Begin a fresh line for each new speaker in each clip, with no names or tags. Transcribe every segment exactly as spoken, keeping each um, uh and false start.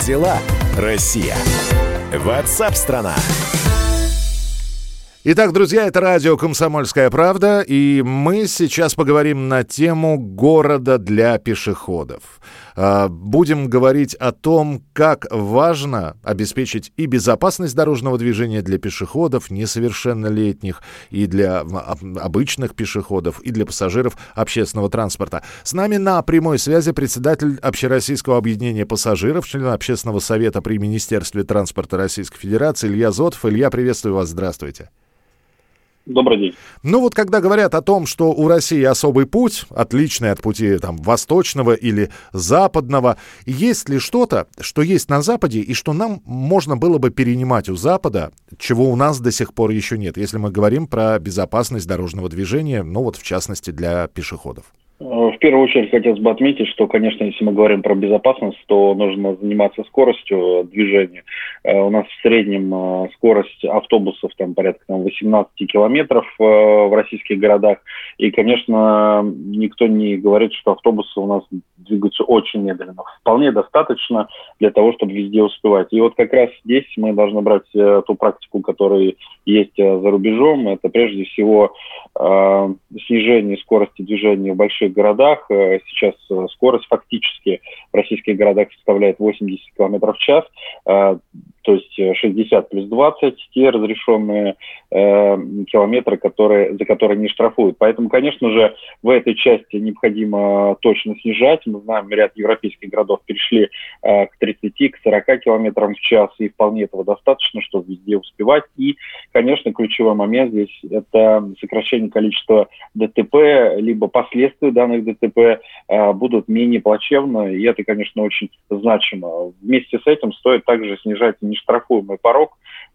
дела, Россия? Ватсап-страна!
Итак, друзья, это радио «Комсомольская правда», и мы сейчас поговорим на тему города для пешеходов. Будем говорить о том, как важно обеспечить и безопасность дорожного движения для пешеходов несовершеннолетних, и для обычных пешеходов, и для пассажиров общественного транспорта. С нами на прямой связи председатель Общероссийского объединения пассажиров, член Общественного совета при Министерстве транспорта Российской Федерации Илья Зотов. Илья, приветствую вас, здравствуйте.
Добрый день.
Ну вот когда говорят о том, что у России особый путь, отличный от пути там, восточного или западного, есть ли что-то, что есть на Западе и что нам можно было бы перенимать у Запада, чего у нас до сих пор еще нет, если мы говорим про безопасность дорожного движения, ну вот в частности для пешеходов?
В первую очередь хотелось бы отметить, что, конечно, если мы говорим про безопасность, то нужно заниматься скоростью движения. У нас в среднем скорость автобусов там порядка там, восемнадцать километров в российских городах. И, конечно, никто не говорит, что автобусы у нас двигаются очень медленно. Вполне достаточно для того, чтобы везде успевать. И вот как раз здесь мы должны брать ту практику, которая есть за рубежом. Это прежде всего э, снижение скорости движения в больших городах. Сейчас скорость фактически в российских городах составляет восемьдесят километров в час, то есть шестьдесят плюс двадцать, те разрешенные километры, которые, за которые не штрафуют. Поэтому, конечно же, в этой части необходимо точно снижать. Мы знаем, ряд европейских городов перешли к тридцати, к сорока километрам в час, и вполне этого достаточно, чтобы везде успевать. И, конечно, ключевой момент здесь – это сокращение количества ДТП, либо последствия данных ДТП а, будут менее плачевны, и это, конечно, очень значимо. Вместе с этим стоит также снижать нештрафуемый порог,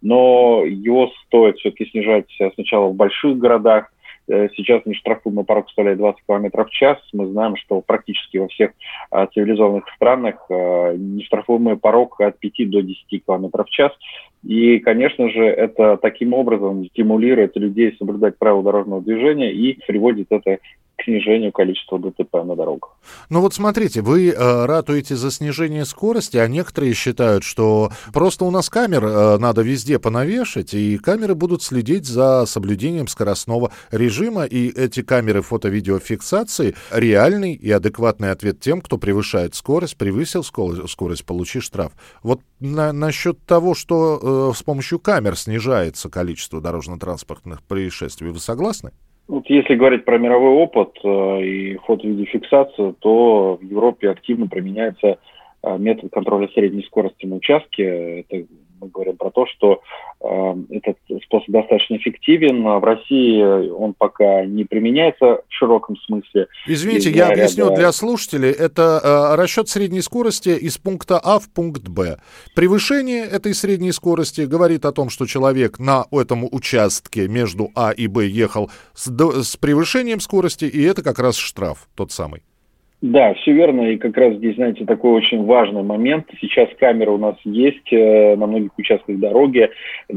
но его стоит все-таки снижать сначала в больших городах. Сейчас нештрафуемый порог составляет двадцать километров в час. Мы знаем, что практически во всех а, цивилизованных странах а, нештрафуемый порог от пяти до десяти километров в час. И, конечно же, это таким образом стимулирует людей соблюдать правила дорожного движения и приводит это к снижению количества ДТП на дорогах.
Ну вот смотрите, вы э, ратуете за снижение скорости, а некоторые считают, что просто у нас камер э, надо везде понавешать, и камеры будут следить за соблюдением скоростного режима, и эти камеры фото-видеофиксации реальный и адекватный ответ тем, кто превышает скорость, превысил скорость, скорость получи штраф. Вот на, насчет того, что э, с помощью камер снижается количество дорожно-транспортных происшествий, вы согласны?
Вот если говорить про мировой опыт э, и фото-видеофиксацию, то в Европе активно применяется э, метод контроля средней скорости на участке. Это мы говорим про то, что э, этот способ достаточно эффективен. В России он пока не применяется в широком смысле.
Извините, я ряда... объясню для слушателей. Это э, расчет средней скорости из пункта А в пункт Б. Превышение этой средней скорости говорит о том, что человек на этом участке между А и Б ехал с, с превышением скорости, и это как раз штраф тот самый.
Да, все верно, и как раз здесь, знаете, такой очень важный момент. Сейчас камеры у нас есть э, на многих участках дороги,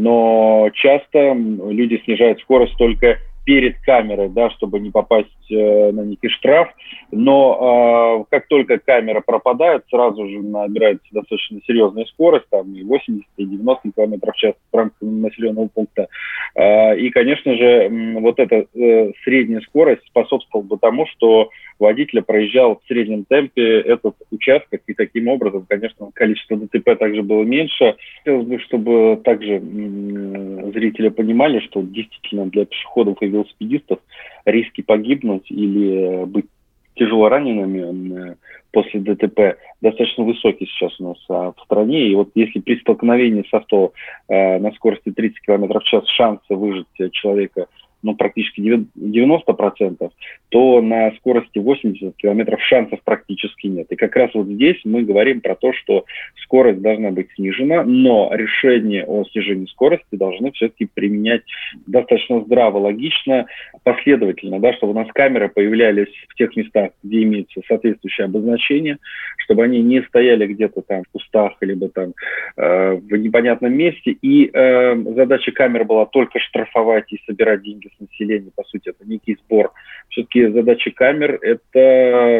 но часто люди снижают скорость только перед камерой, да, чтобы не попасть э, на некий штраф. Но э, как только камера пропадает, сразу же набирается достаточно серьезная скорость, там и восемьдесят, и девяносто километров в час в рамках населенного пункта. Э, и, конечно же, э, вот эта э, средняя скорость способствовала бы тому, что водитель проезжал в среднем темпе этот участок, и таким образом, конечно, количество ДТП также было меньше. Хотелось бы, чтобы также м- зрители понимали, что действительно для пешеходов и велосипедистов риски погибнуть или быть тяжело ранеными после ДТП достаточно высокие сейчас у нас а, в стране. И вот если при столкновении с авто а, на скорости тридцать километров в час шансы выжить человека ну, практически девяносто процентов, то на скорости восемьдесят километров шансов практически нет. И как раз вот здесь мы говорим про то, что скорость должна быть снижена, но решение о снижении скорости должны все-таки применять достаточно здраво, логично, последовательно, да, чтобы у нас камеры появлялись в тех местах, где имеется соответствующее обозначение, чтобы они не стояли где-то там в кустах, либо там э, в непонятном месте. И э, задача камеры была только штрафовать и собирать деньги с населения, по сути, это некий сбор. Все-таки задача камер – это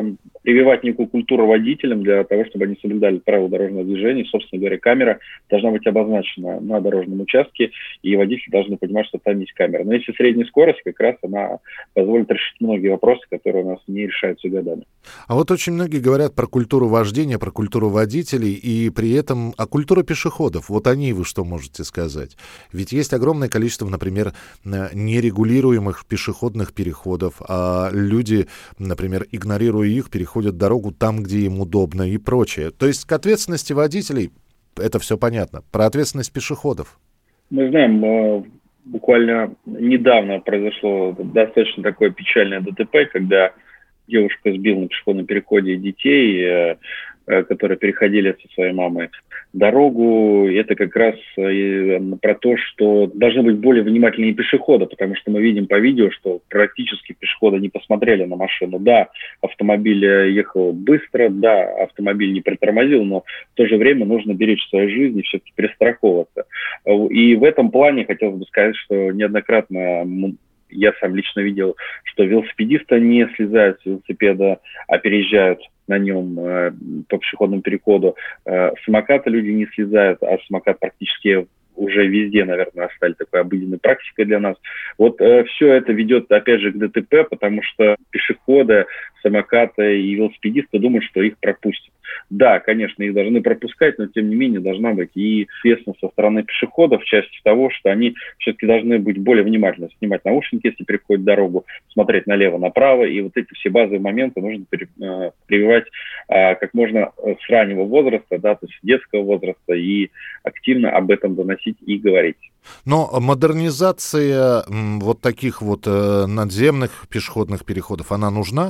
прививать некую культуру водителям для того, чтобы они соблюдали правила дорожного движения. Собственно говоря, камера должна быть обозначена на дорожном участке, и водители должны понимать, что там есть камера. Но если средняя скорость, как раз она позволит решить многие вопросы, которые у нас не решаются годами.
А вот очень многие говорят про культуру вождения, про культуру водителей, и при этом а культура пешеходов. Вот о ней вы что можете сказать? Ведь есть огромное количество, например, нерегулируемых пешеходных переходов, а люди, например, игнорируя их, переходят дорогу там, где им удобно и прочее. То есть к ответственности водителей это все понятно. Про ответственность пешеходов.
Мы знаем, буквально недавно произошло достаточно такое печальное ДТП, когда девушка сбила на пешеходном переходе детей, которые переходили со своей мамой дорогу. Это как раз про то, что должны быть более внимательные пешеходы, потому что мы видим по видео, что практически пешеходы не посмотрели на машину. Да, автомобиль ехал быстро, да, автомобиль не притормозил, но в то же время нужно беречь свою жизнь и все-таки перестраховываться. И в этом плане хотелось бы сказать, что неоднократно я сам лично видел, что велосипедисты не слезают с велосипеда, а переезжают на нем э, по пешеходному переходу. Э, самокаты люди не слезают, а самокат практически уже везде, наверное, стали такой обыденной практикой для нас. Вот э, все это ведет, опять же, к ДТП, потому что пешеходы, самокаты и велосипедисты думают, что их пропустят. Да, конечно, их должны пропускать, но тем не менее должна быть и ответственность со стороны пешеходов в части того, что они все-таки должны быть более внимательны, снимать наушники, если переходят дорогу, смотреть налево-направо, и вот эти все базовые моменты нужно прививать а, как можно с раннего возраста, да, то есть детского возраста, и активно об этом доносить и говорить.
Но модернизация м, вот таких вот э, надземных пешеходных переходов, она нужна?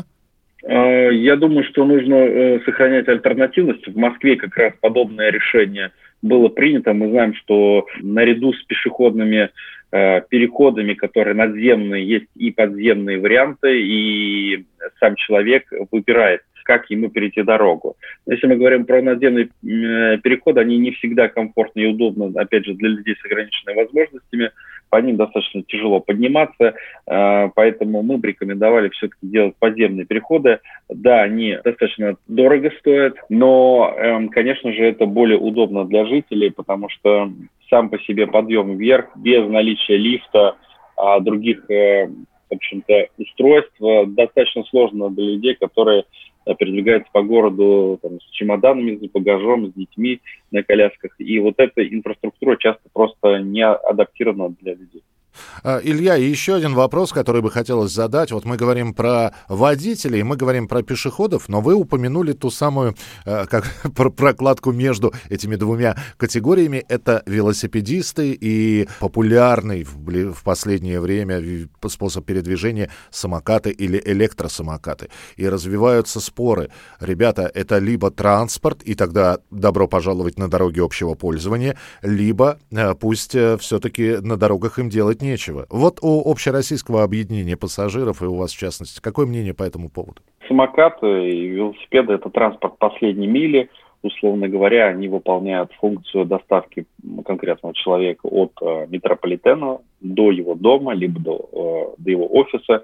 Я думаю, что нужно сохранять альтернативность. В Москве как раз подобное решение было принято. Мы знаем, что наряду с пешеходными переходами, которые надземные, есть и подземные варианты, и сам человек выбирает, как ему перейти дорогу. Если мы говорим про надземные переходы, они не всегда комфортны и удобны, опять же, для людей с ограниченными возможностями. По ним достаточно тяжело подниматься, поэтому мы бы рекомендовали все-таки делать подземные переходы. Да, они достаточно дорого стоят, но, конечно же, это более удобно для жителей, потому что сам по себе подъем вверх без наличия лифта, а других, в общем-то, устройств достаточно сложно для людей, которые передвигаются по городу там, с чемоданами, с багажом, с детьми на колясках. И вот эта инфраструктура часто просто не адаптирована для людей.
Илья, еще один вопрос, который бы хотелось задать. Вот мы говорим про водителей, мы говорим про пешеходов, но вы упомянули ту самую как, прокладку между этими двумя категориями. Это велосипедисты и популярный в, в последнее время способ передвижения самокаты или электросамокаты. И развиваются споры. Ребята, это либо транспорт, и тогда добро пожаловать на дороги общего пользования, либо пусть все-таки на дорогах им делать нечего. Вот у Общероссийского объединения пассажиров и у вас, в частности, какое мнение по этому поводу?
Самокаты и велосипеды – это транспорт последней мили. Условно говоря, они выполняют функцию доставки конкретного человека от э, метрополитена до его дома, либо до, э, до его офиса.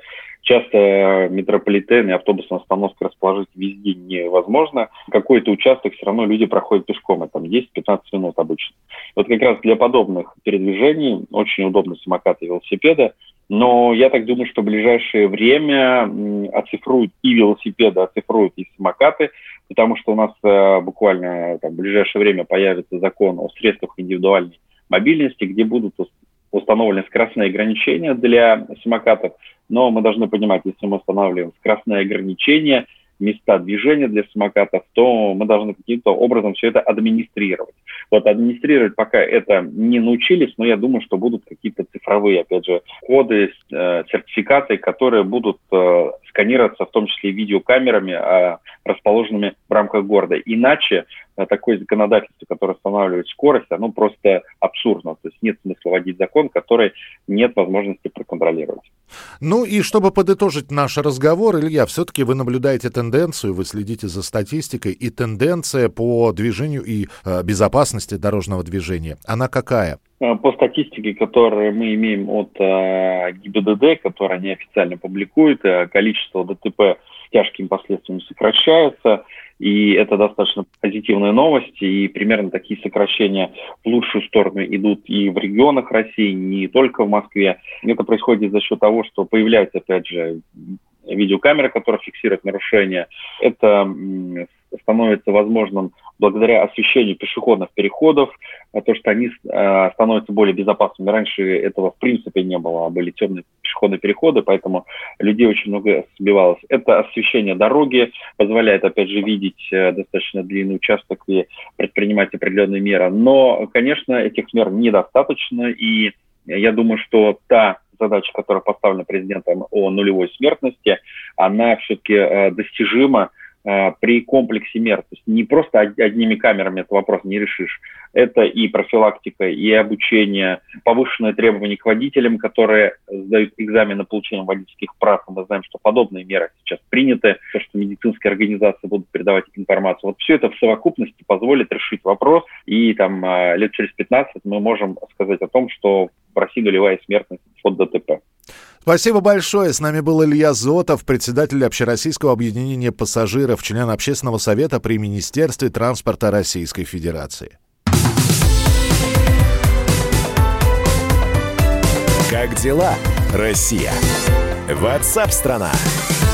Часто метрополитен и автобусная остановка расположить везде невозможно. Какой-то участок все равно люди проходят пешком, это там десять-пятнадцать минут обычно. Вот как раз для подобных передвижений очень удобны самокаты и велосипеды. Но я так думаю, что в ближайшее время оцифруют и велосипеды, оцифруют и самокаты, потому что у нас э, буквально там, в ближайшее время появится закон о средствах индивидуальной мобильности, где будут установлены скоростные ограничения для самокатов. Но мы должны понимать, если мы устанавливаем скоростные ограничения, места движения для самокатов, то мы должны каким-то образом все это администрировать. Вот администрировать пока это не научились, но я думаю, что будут какие-то цифровые, опять же, коды, э, сертификаты, которые будут э, сканироваться, в том числе и видеокамерами, э, расположенными в рамках города. Иначе э, такое законодательство, которое останавливает скорость, оно просто абсурдно. То есть нет смысла вводить закон, который нет возможности проконтролировать.
Ну и чтобы подытожить наш разговор, Илья, все-таки вы наблюдаете тенденцию, вы следите за статистикой, и тенденция по движению и э, безопасности дорожного движения, она какая?
По статистике, которую мы имеем от э, ГИБДД, которую они официально публикуют, э, количество ДТП тяжкими последствиями сокращается, и это достаточно позитивная новость, и примерно такие сокращения в лучшую сторону идут и в регионах России, не только в Москве. Это происходит за счет того, что появляются, опять же, видеокамеры, которые фиксируют нарушения. Это становится возможным благодаря освещению пешеходных переходов, то, что они э, становятся более безопасными. Раньше этого в принципе не было, были темные пешеходные переходы, поэтому людей очень много сбивалось. Это освещение дороги позволяет, опять же, видеть э, достаточно длинный участок и предпринимать определенные меры. Но, конечно, этих мер недостаточно, и я думаю, что та задача, которая поставлена президентом о нулевой смертности, она все-таки э, достижима э, при комплексе мер. То есть не просто одними камерами этот вопрос не решишь. Это и профилактика, и обучение, повышенные требования к водителям, которые сдают экзамен на получение водительских прав. Мы знаем, что подобные меры сейчас приняты, то, что медицинские организации будут передавать информацию. Вот все это в совокупности позволит решить вопрос, и там э, лет через пятнадцать мы можем сказать о том, что в России нулевая смертность от ДТП.
Спасибо большое. С нами был Илья Зотов, председатель Общероссийского объединения пассажиров, член Общественного совета при Министерстве транспорта Российской Федерации.
Как дела, Россия? WhatsApp-страна.